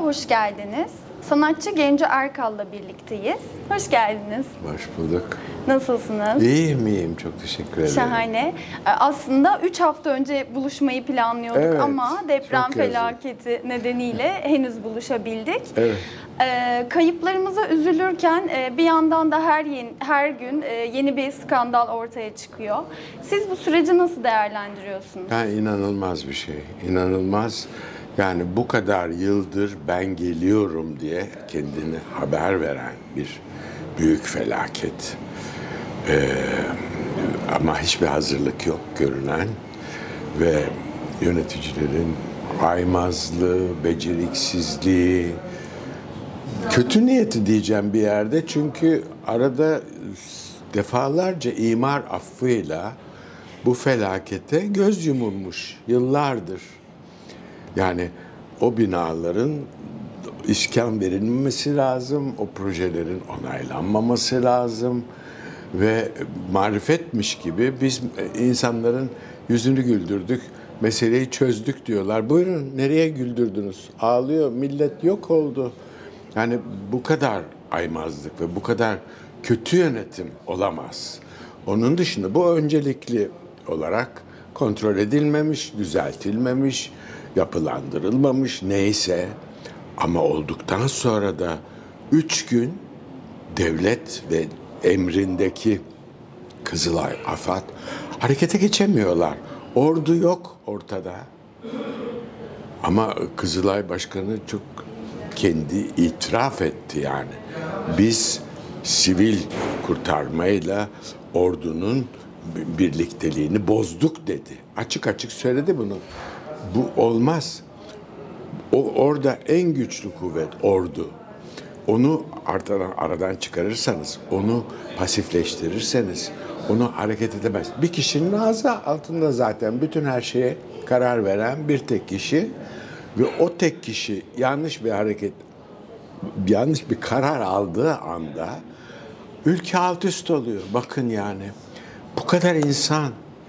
hoş geldiniz. Sanatçı Genco Erkal'la birlikteyiz. Hoş geldiniz. Hoş bulduk. Nasılsınız? İyiyim, çok teşekkür ederim. Şahane. Aslında 3 hafta önce buluşmayı planlıyorduk, Evet, ama deprem çok yazık. felaketi nedeniyle henüz buluşabildik. Evet. Kayıplarımıza üzülürken bir yandan da her gün yeni bir skandal ortaya çıkıyor. Siz bu süreci nasıl değerlendiriyorsunuz? Yani inanılmaz bir şey, inanılmaz. Yani bu kadar yıldır ben geliyorum diye kendini haber veren bir büyük felaket. Ama hiçbir hazırlık yok görünen ve yöneticilerin aymazlığı, beceriksizliği, kötü niyeti diyeceğim bir yerde, çünkü arada defalarca imar affıyla bu felakete göz yumulmuş yıllardır. Yani o binaların iskan verilmemesi lazım, o projelerin onaylanmaması lazım ve marifetmiş gibi biz insanların yüzünü güldürdük, meseleyi çözdük diyorlar. Buyurun, nereye güldürdünüz? Ağlıyor, millet yok oldu. Yani bu kadar aymazlık ve bu kadar kötü yönetim olamaz. Onun dışında bu öncelikli olarak kontrol edilmemiş, düzeltilmemiş, yapılandırılmamış, neyse. Ama olduktan sonra da 3 gün devlet ve emrindeki Kızılay, AFAD harekete geçemiyorlar. Ordu yok ortada. Ama Kızılay Başkanı çok kendi itiraf etti yani. Biz sivil kurtarmayla ordunun birlikteliğini bozduk dedi. Açık açık söyledi bunu. Bu olmaz. Orada en güçlü kuvvet ordu. Onu aradan çıkarırsanız, onu pasifleştirirseniz, onu hareket edemez. Bir kişinin ağzı altında zaten bütün her şeye karar veren bir tek kişi ve o tek kişi yanlış bir hareket, yanlış bir karar aldığı anda ülke alt üst oluyor. Bakın yani bu kadar insan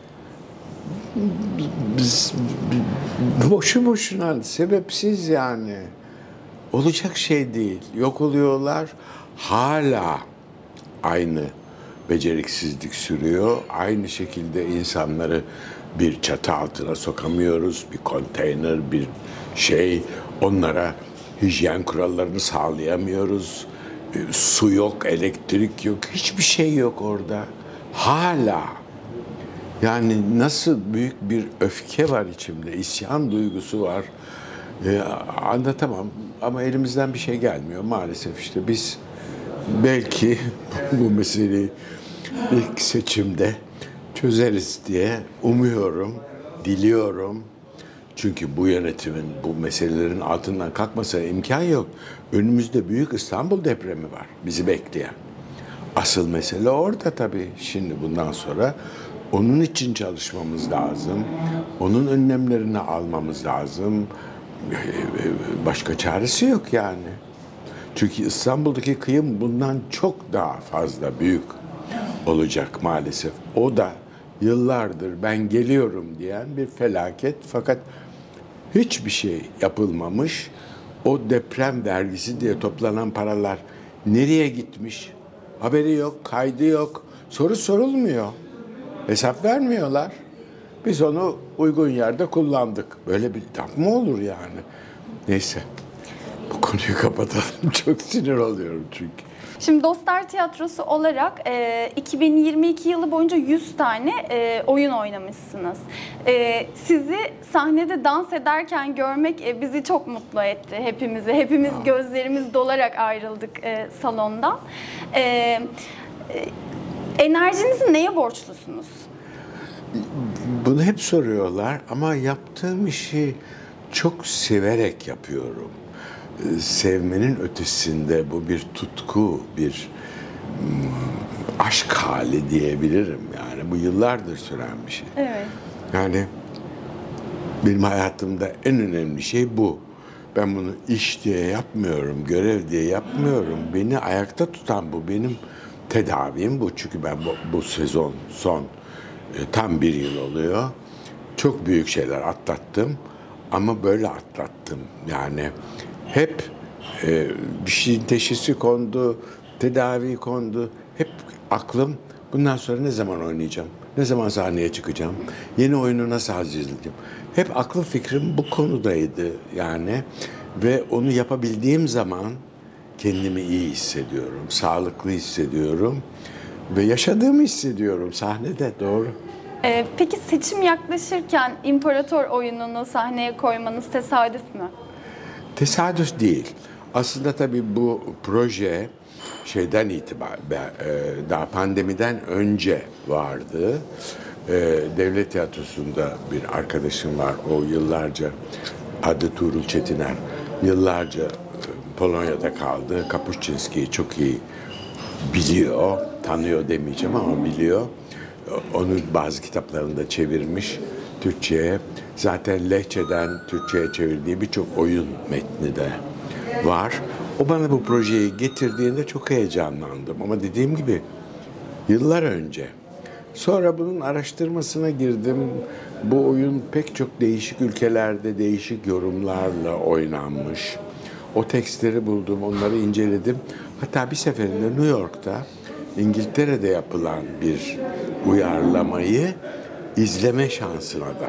boşu boşuna, sebepsiz yani. Olacak şey değil. Yok oluyorlar. Hala aynı beceriksizlik sürüyor. Aynı şekilde insanları bir çatı altına sokamıyoruz. Bir konteyner, bir şey. Onlara hijyen kurallarını sağlayamıyoruz. Su yok, elektrik yok. Hiçbir şey yok orada. Hala. Yani nasıl büyük bir öfke var içimde, isyan duygusu var. Anlatamam ama elimizden bir şey gelmiyor maalesef. İşte biz belki bu meseleyi ilk seçimde çözeriz diye umuyorum, diliyorum. Çünkü bu yönetimin bu meselelerin altından kalkmasına imkan yok. Önümüzde büyük İstanbul depremi var bizi bekleyen. Asıl mesele orada tabii. Şimdi bundan sonra onun için çalışmamız lazım. Onun önlemlerini almamız lazım. Başka çaresi yok yani. Çünkü İstanbul'daki kıyım bundan çok daha fazla büyük olacak maalesef. O da yıllardır ben geliyorum diyen bir felaket, fakat hiçbir şey yapılmamış. O deprem vergisi diye toplanan paralar nereye gitmiş? Haberi yok, kaydı yok, soru sorulmuyor. Hesap vermiyorlar. Biz onu uygun yerde kullandık. Böyle bir laf mı olur yani? Neyse, bu konuyu kapatalım. Çok sinir oluyorum çünkü. Şimdi Dostlar Tiyatrosu olarak 2022 yılı boyunca 100 tane oyun oynamışsınız. Sizi sahnede dans ederken görmek bizi çok mutlu etti hepimizi. Hepimiz gözlerimiz dolarak ayrıldık salondan. Enerjinizi neye borçlusunuz? Bunu hep soruyorlar ama yaptığım işi çok severek yapıyorum. Sevmenin ötesinde bu bir tutku, bir aşk hali diyebilirim yani. Bu yıllardır süren bir şey. Evet. Yani benim hayatımda en önemli şey bu. Ben bunu iş diye yapmıyorum, görev diye yapmıyorum. Beni ayakta tutan bu. Benim tedavim bu. Çünkü ben bu sezon son tam 1 yıl oluyor. Çok büyük şeyler atlattım ama böyle atlattım. Yani hep bir şeyin teşhisi kondu, tedavi kondu. Hep aklım bundan sonra ne zaman oynayacağım, ne zaman sahneye çıkacağım, yeni oyunu nasıl hazırlayacağım. Hep aklım fikrim bu konudaydı yani ve onu yapabildiğim zaman kendimi iyi hissediyorum, sağlıklı hissediyorum ve yaşadığımı hissediyorum sahnede, doğru. Peki seçim yaklaşırken İmparator oyununu sahneye koymanız tesadüf mü? Tesadüf değil. Aslında tabii bu proje şeyden itibaren, daha pandemiden önce vardı. Devlet Tiyatrosu'nda bir arkadaşım var. O yıllarca, adı Tuğrul Çetiner, yıllarca Polonya'da kaldı. Kapuscinski'yi çok iyi biliyor, tanıyor demeyeceğim ama biliyor. Onu bazı kitaplarını da çevirmiş Türkçe'ye. Zaten Lehçeden Türkçe'ye çevirdiği birçok oyun metni de var. O bana bu projeyi getirdiğinde çok heyecanlandım. Ama dediğim gibi yıllar önce. Sonra bunun araştırmasına girdim. Bu oyun pek çok değişik ülkelerde değişik yorumlarla oynanmış. O tekstleri buldum, onları inceledim. Hatta bir seferinde New York'ta, İngiltere'de yapılan bir uyarlamayı izleme şansına da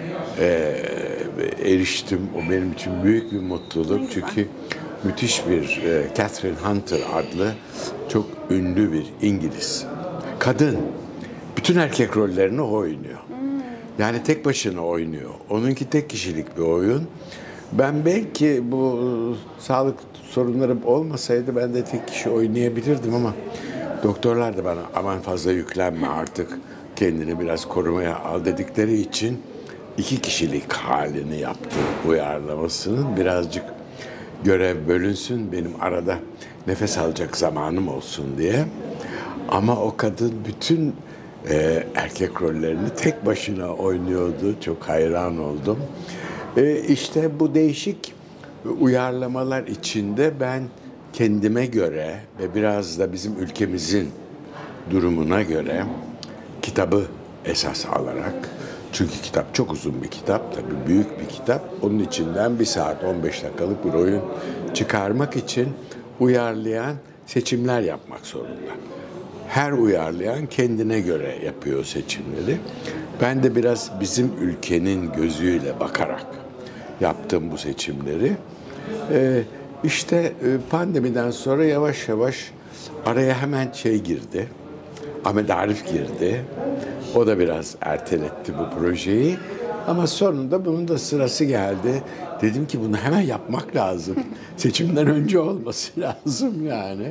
eriştim. O benim için büyük bir mutluluk. Çünkü müthiş bir Catherine Hunter adlı çok ünlü bir İngiliz kadın. Bütün erkek rollerini o oynuyor. Yani tek başına oynuyor. Onunki tek kişilik bir oyun. Ben belki bu sağlık sorunlarım olmasaydı ben de tek kişi oynayabilirdim ama doktorlar da bana aman fazla yüklenme artık, kendini biraz korumaya al dedikleri için 2 kişilik halini yaptı uyarlamasının. Birazcık görev bölünsün, benim arada nefes alacak zamanım olsun diye. Ama o kadın bütün erkek rollerini tek başına oynuyordu. Çok hayran oldum. İşte bu değişik uyarlamalar içinde ben kendime göre ve biraz da bizim ülkemizin durumuna göre kitabı esas alarak, çünkü kitap çok uzun bir kitap, tabii büyük bir kitap, onun içinden 1 saat 15 dakikalık bir oyun çıkarmak için uyarlayan seçimler yapmak zorunda. Her uyarlayan kendine göre yapıyor seçimleri. Ben de biraz bizim ülkenin gözüyle bakarak yaptım bu seçimleri. İşte pandemiden sonra yavaş yavaş araya hemen şey girdi. Ahmet Arif girdi. O da biraz erteletti bu projeyi. Ama sonunda bunun da sırası geldi. Dedim ki bunu hemen yapmak lazım. Seçimden önce olması lazım yani.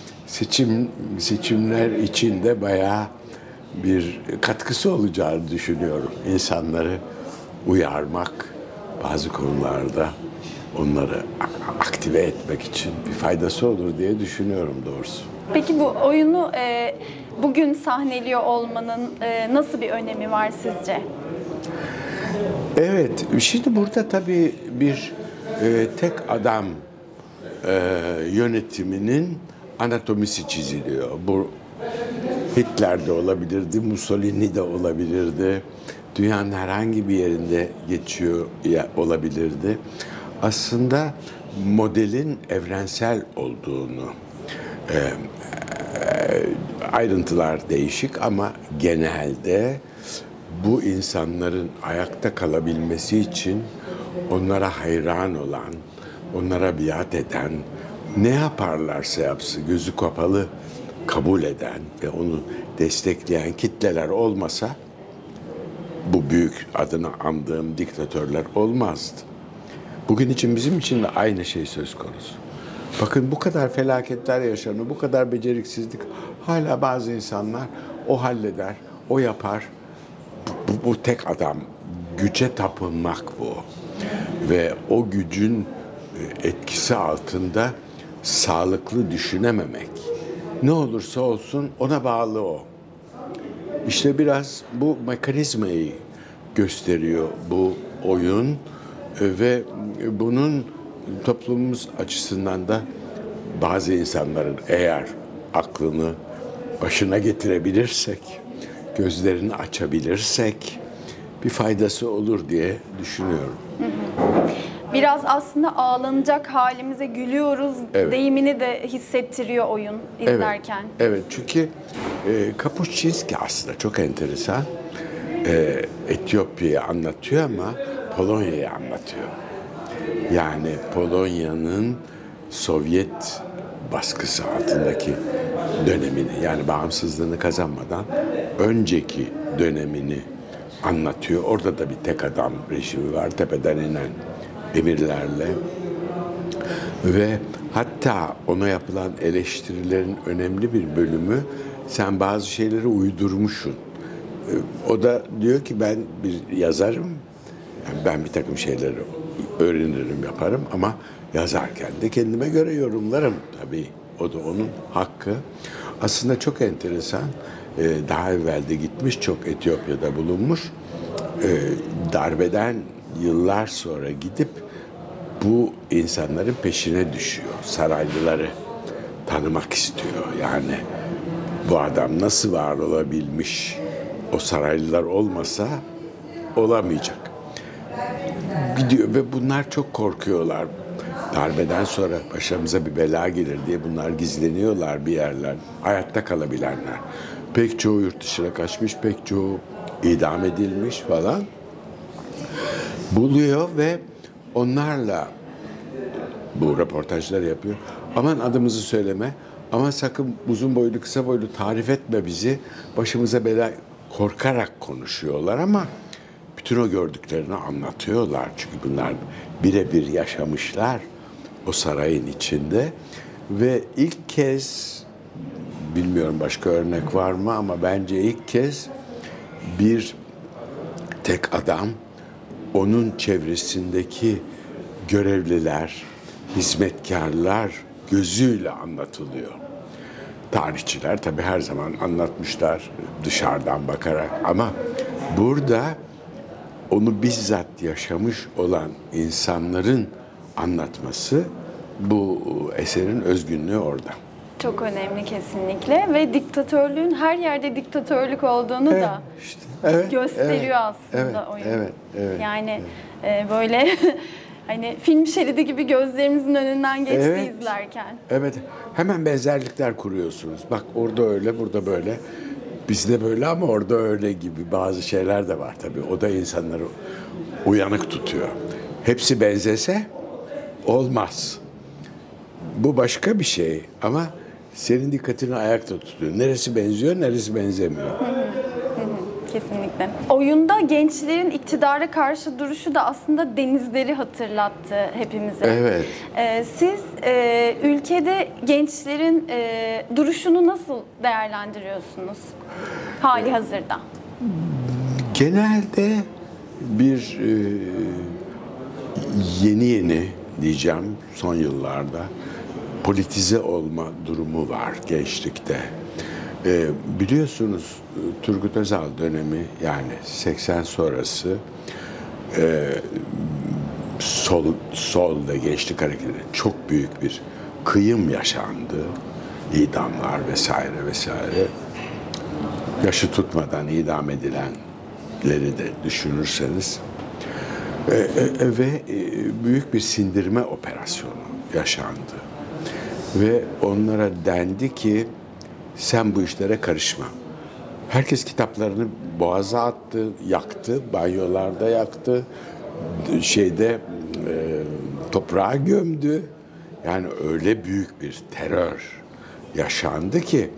Seçimler için de bayağı bir katkısı olacağını düşünüyorum. İnsanları uyarmak, bazı konularda onları aktive etmek için bir faydası olur diye düşünüyorum doğrusu. Peki bu oyunu bugün sahneliyor olmanın nasıl bir önemi var sizce? Evet, şimdi burada tabii bir tek adam yönetiminin anatomisi çiziliyor. Bu Hitler de olabilirdi, Mussolini de olabilirdi. Dünyanın herhangi bir yerinde geçiyor olabilirdi. Aslında modelin evrensel olduğunu, ayrıntılar değişik ama genelde bu insanların ayakta kalabilmesi için onlara hayran olan, onlara biat eden, ne yaparlarsa yapsın gözü kapalı kabul eden ve onu destekleyen kitleler olmasa bu büyük adını andığım diktatörler olmazdı. Bugün için bizim için de aynı şey söz konusu. Bakın bu kadar felaketler yaşanıyor, bu kadar beceriksizlik. Hala bazı insanlar o halleder, o yapar. Bu tek adam. Güce tapınmak bu. Ve o gücün etkisi altında sağlıklı düşünememek. Ne olursa olsun ona bağlı o. İşte biraz bu mekanizmayı gösteriyor bu oyun ve bunun toplumumuz açısından da bazı insanların eğer aklını başına getirebilirsek, gözlerini açabilirsek bir faydası olur diye düşünüyorum. Biraz aslında ağlanacak halimize gülüyoruz Evet. deyimini de hissettiriyor oyun izlerken. Evet, çünkü Kapuscinski aslında çok enteresan. Etiyopya'yı anlatıyor ama Polonya'yı anlatıyor. Yani Polonya'nın Sovyet baskısı altındaki dönemini, yani bağımsızlığını kazanmadan önceki dönemini anlatıyor. Orada da bir tek adam rejimi var, tepeden inen emirlerle. Ve hatta ona yapılan eleştirilerin önemli bir bölümü, sen bazı şeyleri uydurmuşsun. O da diyor ki ben bir yazarım, yani ben bir takım şeyleri öğrenirim, yaparım ama yazarken de kendime göre yorumlarım tabii. O da onun hakkı. Aslında çok enteresan. Daha evvel de gitmiş, çok Etiyopya'da bulunmuş. Darbeden yıllar sonra gidip bu insanların peşine düşüyor. Saraylıları tanımak istiyor. Yani bu adam nasıl var olabilmiş? O saraylılar olmasa olamayacak. Gidiyor ve bunlar çok korkuyorlar. Darbeden sonra başımıza bir bela gelir diye bunlar gizleniyorlar bir yerler. Hayatta kalabilenler. Pek çoğu yurt dışına kaçmış, pek çoğu idam edilmiş falan. Buluyor ve onlarla bu röportajları yapıyor. Aman adımızı söyleme, aman sakın uzun boylu kısa boylu tarif etme bizi. Başımıza bela, korkarak konuşuyorlar ama bütün o gördüklerini anlatıyorlar. Çünkü bunlar birebir yaşamışlar o sarayın içinde. Ve ilk kez, bilmiyorum başka örnek var mı ama bence ilk kez bir tek adam, onun çevresindeki görevliler, hizmetkarlar gözüyle anlatılıyor. Tarihçiler tabii her zaman anlatmışlar dışarıdan bakarak ama burada onu bizzat yaşamış olan insanların anlatması, bu eserin özgünlüğü orada. Çok önemli kesinlikle ve diktatörlüğün her yerde diktatörlük olduğunu da gösteriyor aslında oyun. Evet. Yani böyle hani film şeridi gibi gözlerimizin önünden geçti izlerken. Evet. Hemen benzerlikler kuruyorsunuz. Bak orada öyle, burada böyle. Bizde böyle ama orada öyle gibi bazı şeyler de var tabii. O da insanları uyanık tutuyor. Hepsi benzese olmaz. Bu başka bir şey ama senin dikkatini ayakta tutuyor. Neresi benziyor, neresi benzemiyor. Kesinlikle. Oyunda gençlerin iktidara karşı duruşu da aslında denizleri hatırlattı hepimize. Evet. Siz ülkede gençlerin duruşunu nasıl değerlendiriyorsunuz hali hazırda? Genelde bir yeni diyeceğim son yıllarda politize olma durumu var gençlikte. Biliyorsunuz Turgut Özal dönemi, yani 80 sonrası sol ve gençlik hareketleri çok büyük bir kıyım yaşandı. İdamlar vesaire vesaire. Yaşı tutmadan idam edilenleri de düşünürseniz ve büyük bir sindirme operasyonu yaşandı. Ve onlara dendi ki sen bu işlere karışma. Herkes kitaplarını boğaza attı, yaktı, banyolarda yaktı, toprağa gömdü. Yani öyle büyük bir terör yaşandı ki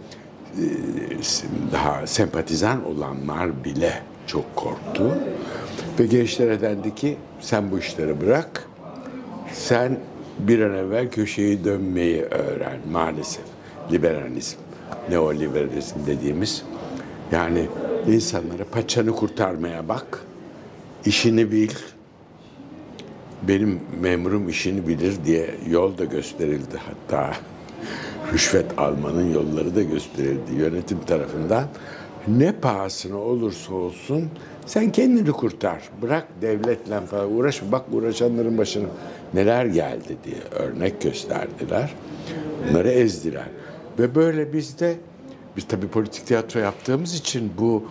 daha sempatizan olanlar bile çok korktu. Ve gençlere dendi ki sen bu işleri bırak, sen bir an evvel köşeyi dönmeyi öğren maalesef. Liberalizm, neoliberalizm dediğimiz, yani insanlara paçanı kurtarmaya bak, işini bil, benim memurum işini bilir diye yol da gösterildi. Hatta rüşvet almanın yolları da gösterildi yönetim tarafından. Ne pahasına olursa olsun sen kendini kurtar. Bırak devletle falan uğraşma. Bak uğraşanların başına neler geldi diye örnek gösterdiler. Bunları ezdiler. Ve böyle biz tabii politik tiyatro yaptığımız için bu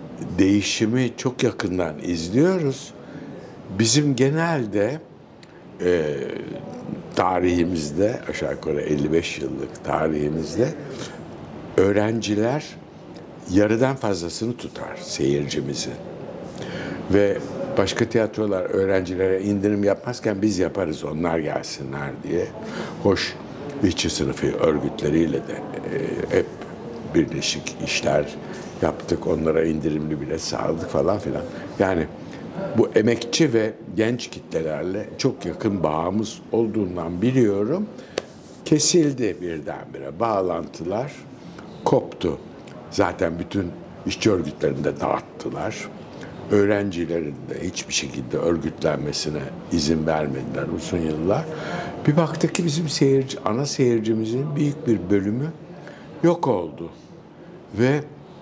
değişimi çok yakından izliyoruz. Bizim genelde tarihimizde, aşağı yukarı 55 yıllık tarihimizde öğrenciler yarıdan fazlasını tutar seyircimizin. Ve başka tiyatrolar öğrencilere indirim yapmazken biz yaparız, onlar gelsinler diye. Hoş, işçi sınıfı örgütleriyle de hep birleşik işler yaptık. Onlara indirimli bilet sağladık falan filan. Yani bu emekçi ve genç kitlelerle çok yakın bağımız olduğundan biliyorum. Kesildi birdenbire. Bağlantılar koptu. Zaten bütün işçi örgütlerini de dağıttılar. Öğrencilerin de hiçbir şekilde örgütlenmesine izin vermediler uzun yıllar. Bir baktık ki bizim ana seyircimizin büyük bir bölümü yok oldu. Ve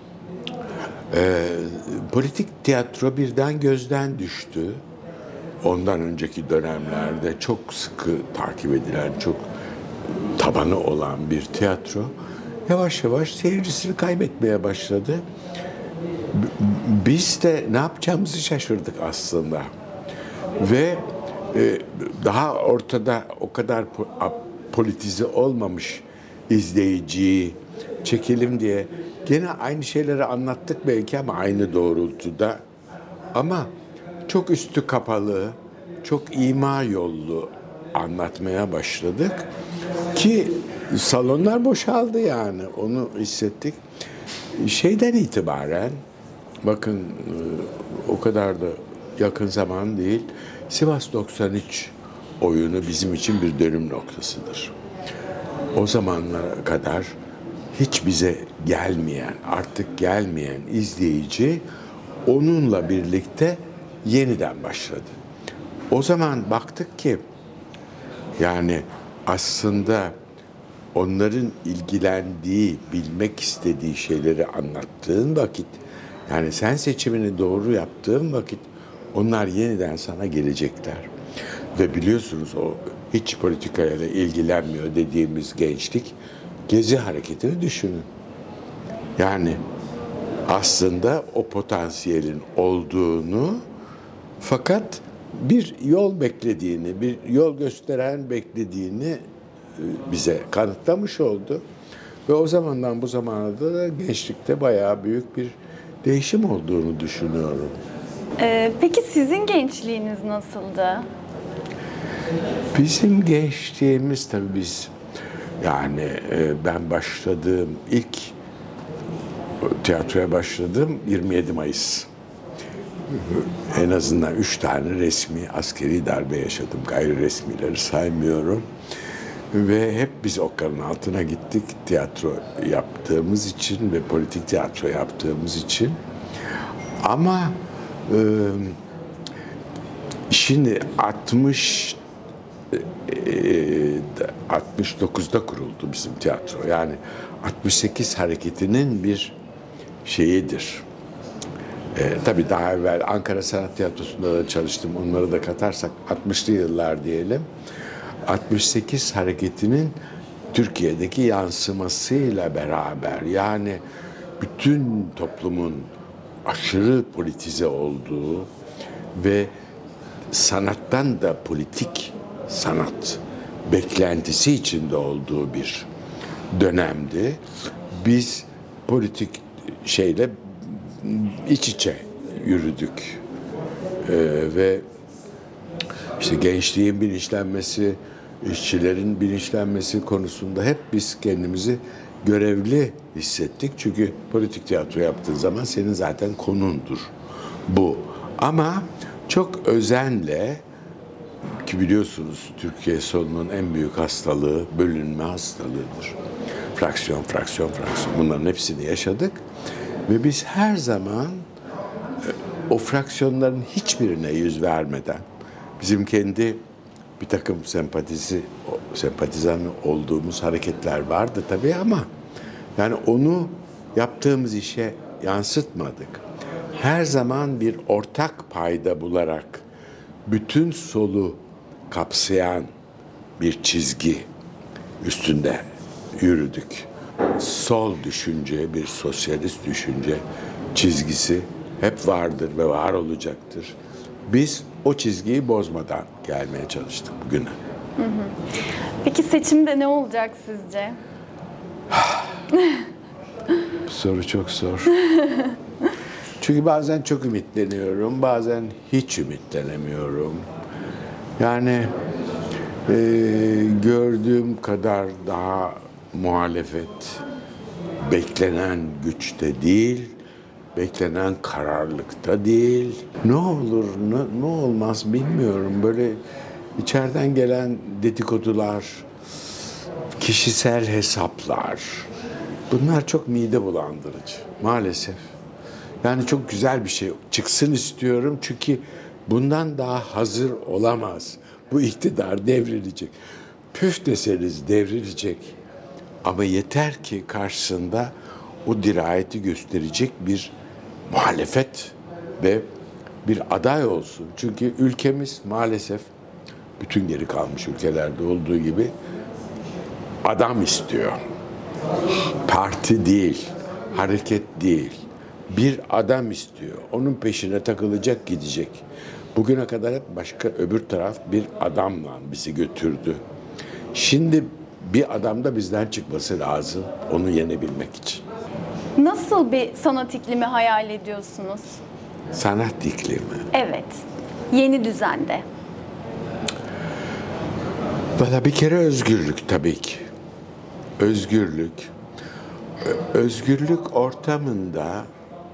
politik tiyatro birden gözden düştü. Ondan önceki dönemlerde çok sıkı takip edilen, çok tabanı olan bir tiyatro yavaş yavaş seyircisini kaybetmeye başladı. Biz de ne yapacağımızı şaşırdık aslında. Ve daha ortada o kadar politize olmamış izleyiciyi çekelim diye gene aynı şeyleri anlattık belki ama aynı doğrultuda. Ama çok üstü kapalı, çok ima yollu anlatmaya başladık ki salonlar boşaldı, yani onu hissettik. Şeyden itibaren, bakın o kadar da yakın zaman değil, Sivas 93 oyunu bizim için bir dönüm noktasıdır. O zamanlara kadar hiç bize artık gelmeyen izleyici onunla birlikte yeniden başladı. O zaman baktık ki yani aslında onların ilgilendiği, bilmek istediği şeyleri anlattığın vakit, yani sen seçimini doğru yaptığın vakit onlar yeniden sana gelecekler. Ve biliyorsunuz o hiç politikayla ilgilenmiyor dediğimiz gençlik, Gezi hareketini düşünün. Yani aslında o potansiyelin olduğunu, fakat bir yol beklediğini, bir yol gösteren beklediğini bize kanıtlamış oldu. Ve o zamandan bu zamana da gençlikte bayağı büyük bir değişim olduğunu düşünüyorum. Peki sizin gençliğiniz nasıldı? Bizim gençliğimiz tabii yani ben ilk tiyatroya başladığım 27 Mayıs. En azından 3 tane resmi askeri darbe yaşadım. Gayri resmileri saymıyorum. Ve hep biz okların altına gittik tiyatro yaptığımız için ve politik tiyatro yaptığımız için. Ama şimdi 69'da kuruldu bizim tiyatro. Yani 68 hareketinin bir şeyidir. Tabii daha evvel Ankara Sanat Tiyatrosu'nda da çalıştım. Onları da katarsak 60'lı yıllar diyelim. 68 hareketinin Türkiye'deki yansımasıyla beraber, yani bütün toplumun aşırı politize olduğu ve sanattan da politik sanat beklentisi içinde olduğu bir dönemdi. Biz politik şeyle iç içe yürüdük. Ve işte gençliğin bilinçlenmesi, işçilerin bilinçlenmesi konusunda hep biz kendimizi görevli hissettik. Çünkü politik tiyatro yaptığın zaman senin zaten konundur bu. Ama çok özenle, ki biliyorsunuz Türkiye solunun en büyük hastalığı bölünme hastalığıdır. Fraksiyon. Bunların hepsini yaşadık. Ve biz her zaman o fraksiyonların hiçbirine yüz vermeden, bizim kendi bir takım sempatizan olduğumuz hareketler vardı tabii, ama yani onu yaptığımız işe yansıtmadık. Her zaman bir ortak payda bularak bütün solu kapsayan bir çizgi üstünde yürüdük. Sol düşünce, bir sosyalist düşünce çizgisi hep vardır ve var olacaktır. Biz o çizgiyi bozmadan gelmeye çalıştık bugüne. Peki seçimde ne olacak sizce? Bu soru çok zor. Çünkü bazen çok ümitleniyorum, bazen hiç ümitlenemiyorum. Yani gördüğüm kadar daha muhalefet beklenen güçte değil, beklenen kararlılıkta değil. Ne olur, ne olmaz bilmiyorum. Böyle içeriden gelen dedikodular, kişisel hesaplar, bunlar çok mide bulandırıcı maalesef. Yani çok güzel bir şey çıksın istiyorum çünkü bundan daha hazır olamaz. Bu iktidar devrilecek. Püf deseniz devrilecek. Ama yeter ki karşısında o dirayeti gösterecek bir muhalefet ve bir aday olsun. Çünkü ülkemiz maalesef bütün geri kalmış ülkelerde olduğu gibi adam istiyor. Parti değil, hareket değil. Bir adam istiyor. Onun peşine takılacak, gidecek. Bugüne kadar hep başka öbür taraf bir adamla bizi götürdü. Şimdi bir adam da bizden çıkması lazım onu yenebilmek için. Nasıl bir sanat iklimi hayal ediyorsunuz? Sanat iklimi. Evet, yeni düzende. Valla bir kere özgürlük tabii ki. Özgürlük. Özgürlük ortamında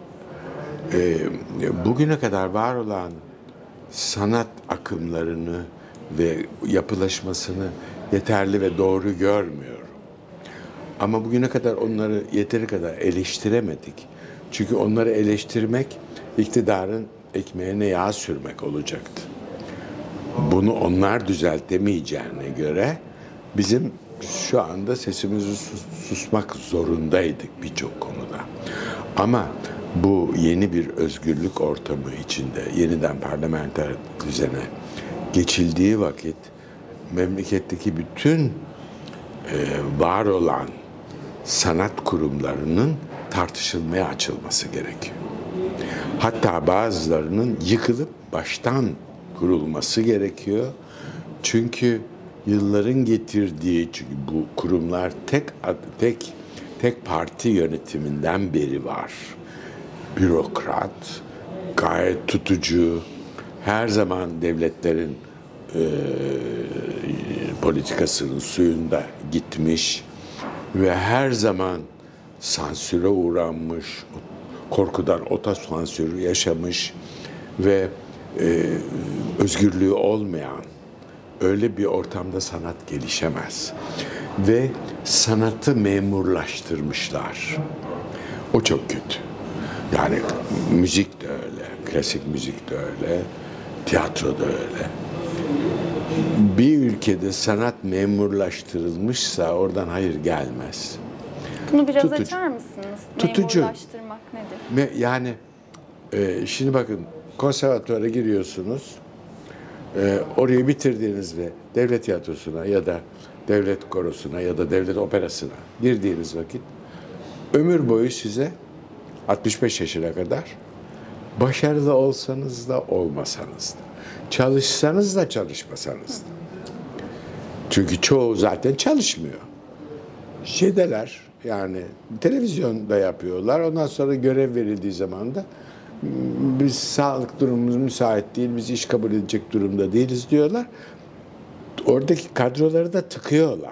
bugüne kadar var olan sanat akımlarını ve yapılaşmasını yeterli ve doğru görmüyorum. Ama bugüne kadar onları yeteri kadar eleştiremedik. Çünkü onları eleştirmek iktidarın ekmeğine yağ sürmek olacaktı. Bunu onlar düzeltemeyeceğine göre bizim şu anda sesimizi susmak zorundaydık birçok konuda. Ama bu yeni bir özgürlük ortamı içinde yeniden parlamenter düzene geçildiği vakit memleketteki bütün var olan sanat kurumlarının tartışılmaya açılması gerekiyor. Hatta bazılarının yıkılıp baştan kurulması gerekiyor. Çünkü yılların getirdiği, çünkü bu kurumlar tek parti yönetiminden beri var. Bürokrat, gayet tutucu, her zaman devletlerin politikasının suyunda gitmiş ve her zaman sansüre uğranmış, korkudan otosansürü yaşamış ve özgürlüğü olmayan öyle bir ortamda sanat gelişemez. Ve sanatı memurlaştırmışlar. O çok kötü. Yani müzik de öyle, klasik müzik de öyle, tiyatro da öyle. Bir ülkede sanat memurlaştırılmışsa oradan hayır gelmez. Bunu biraz Tutucu. açar mısınız? Tutucu. Memurlaştırmak nedir? Yani şimdi bakın konservatuvara giriyorsunuz. Orayı bitirdiğinizde devlet tiyatrosuna ya da devlet korosuna ya da devlet operasına girdiğiniz vakit ömür boyu size 65 yaşına kadar başarılı olsanız da olmasanız da, çalışsanız da çalışmasanız da. Çünkü çoğu zaten çalışmıyor. Şeydeler yani televizyonda yapıyorlar. Ondan sonra görev verildiği zaman da biz sağlık durumumuz müsait değil, biz iş kabul edecek durumda değiliz diyorlar. Oradaki kadroları da tıkıyorlar.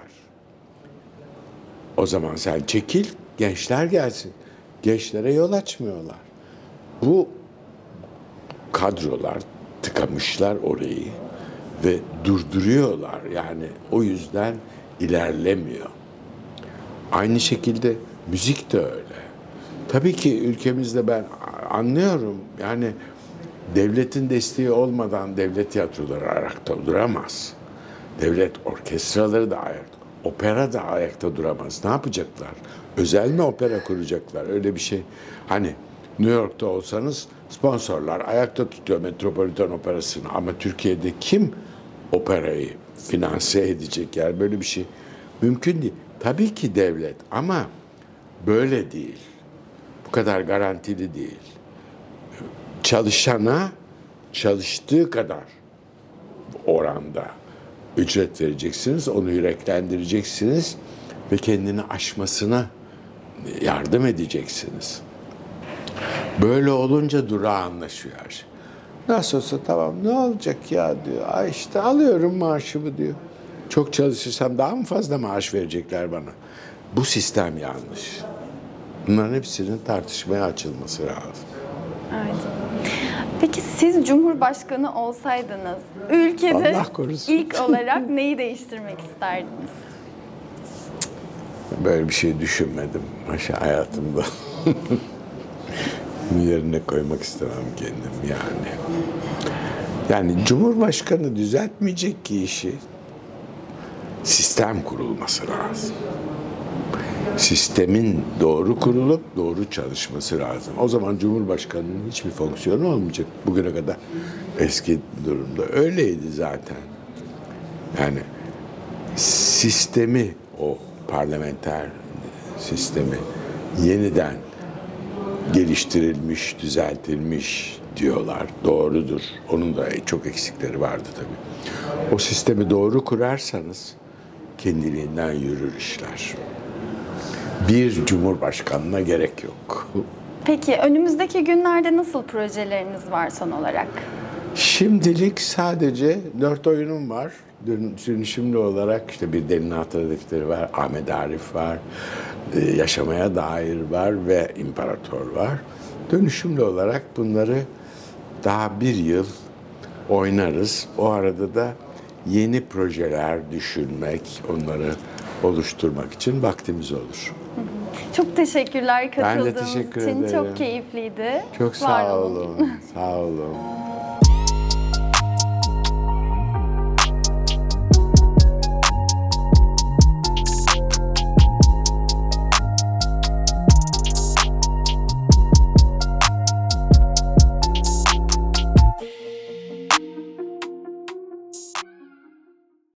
O zaman sen çekil, gençler gelsin. Gençlere yol açmıyorlar. Bu kadrolar tıkamışlar orayı ve durduruyorlar. Yani o yüzden ilerlemiyor. Aynı şekilde müzik de öyle. Tabii ki ülkemizde ben anlıyorum. Yani devletin desteği olmadan devlet tiyatroları ayakta duramaz. Devlet orkestraları da ayakta. Opera da ayakta duramaz. Ne yapacaklar? Özel mi opera kuracaklar? Öyle bir şey. Hani New York'ta olsanız sponsorlar ayakta tutuyor Metropolitan Operası'nı. Ama Türkiye'de kim operayı finanse edecek? Yani böyle bir şey mümkün değil. Tabii ki devlet ama böyle değil. Bu kadar garantili değil. Çalışana çalıştığı kadar oranda ücret vereceksiniz, onu yüreklendireceksiniz ve kendini aşmasına yardım edeceksiniz. Böyle olunca durağanlaşıyor her şey. Nasıl olsa tamam, ne olacak ya diyor. Ay işte alıyorum maaşımı diyor. Çok çalışırsam daha mı fazla maaş verecekler bana? Bu sistem yanlış. Bunların hepsinin tartışmaya açılması lazım. Evet. Peki siz Cumhurbaşkanı olsaydınız ülkede Allah korusun. ilk olarak neyi değiştirmek isterdiniz? Böyle bir şey düşünmedim hayatımda. Yerine koymak istemem kendim yani. Yani Cumhurbaşkanı düzeltmeyecek ki işi. Sistem kurulması lazım. Sistemin doğru kurulup doğru çalışması lazım. O zaman Cumhurbaşkanı'nın hiçbir fonksiyonu olmayacak. Bugüne kadar eski durumda öyleydi zaten. Yani sistemi, o parlamenter sistemi yeniden geliştirilmiş, düzeltilmiş diyorlar. Doğrudur. Onun da çok eksikleri vardı tabii. O sistemi doğru kurarsanız kendiliğinden yürür işler. Bir cumhurbaşkanına gerek yok. Peki önümüzdeki günlerde nasıl projeleriniz var son olarak? Şimdilik sadece 4 oyunum var. Dönüşümlü olarak işte bir Derin Hatırı Defteri var, Ahmet Arif var, Yaşamaya Dair var ve İmparator var. Dönüşümlü olarak bunları daha bir yıl oynarız. O arada da yeni projeler düşünmek, onları oluşturmak için vaktimiz olur. Çok teşekkürler Ben de katıldığınız teşekkür için. ederim. Çok keyifliydi. Çok Var sağ olun. olun. Sağ olun.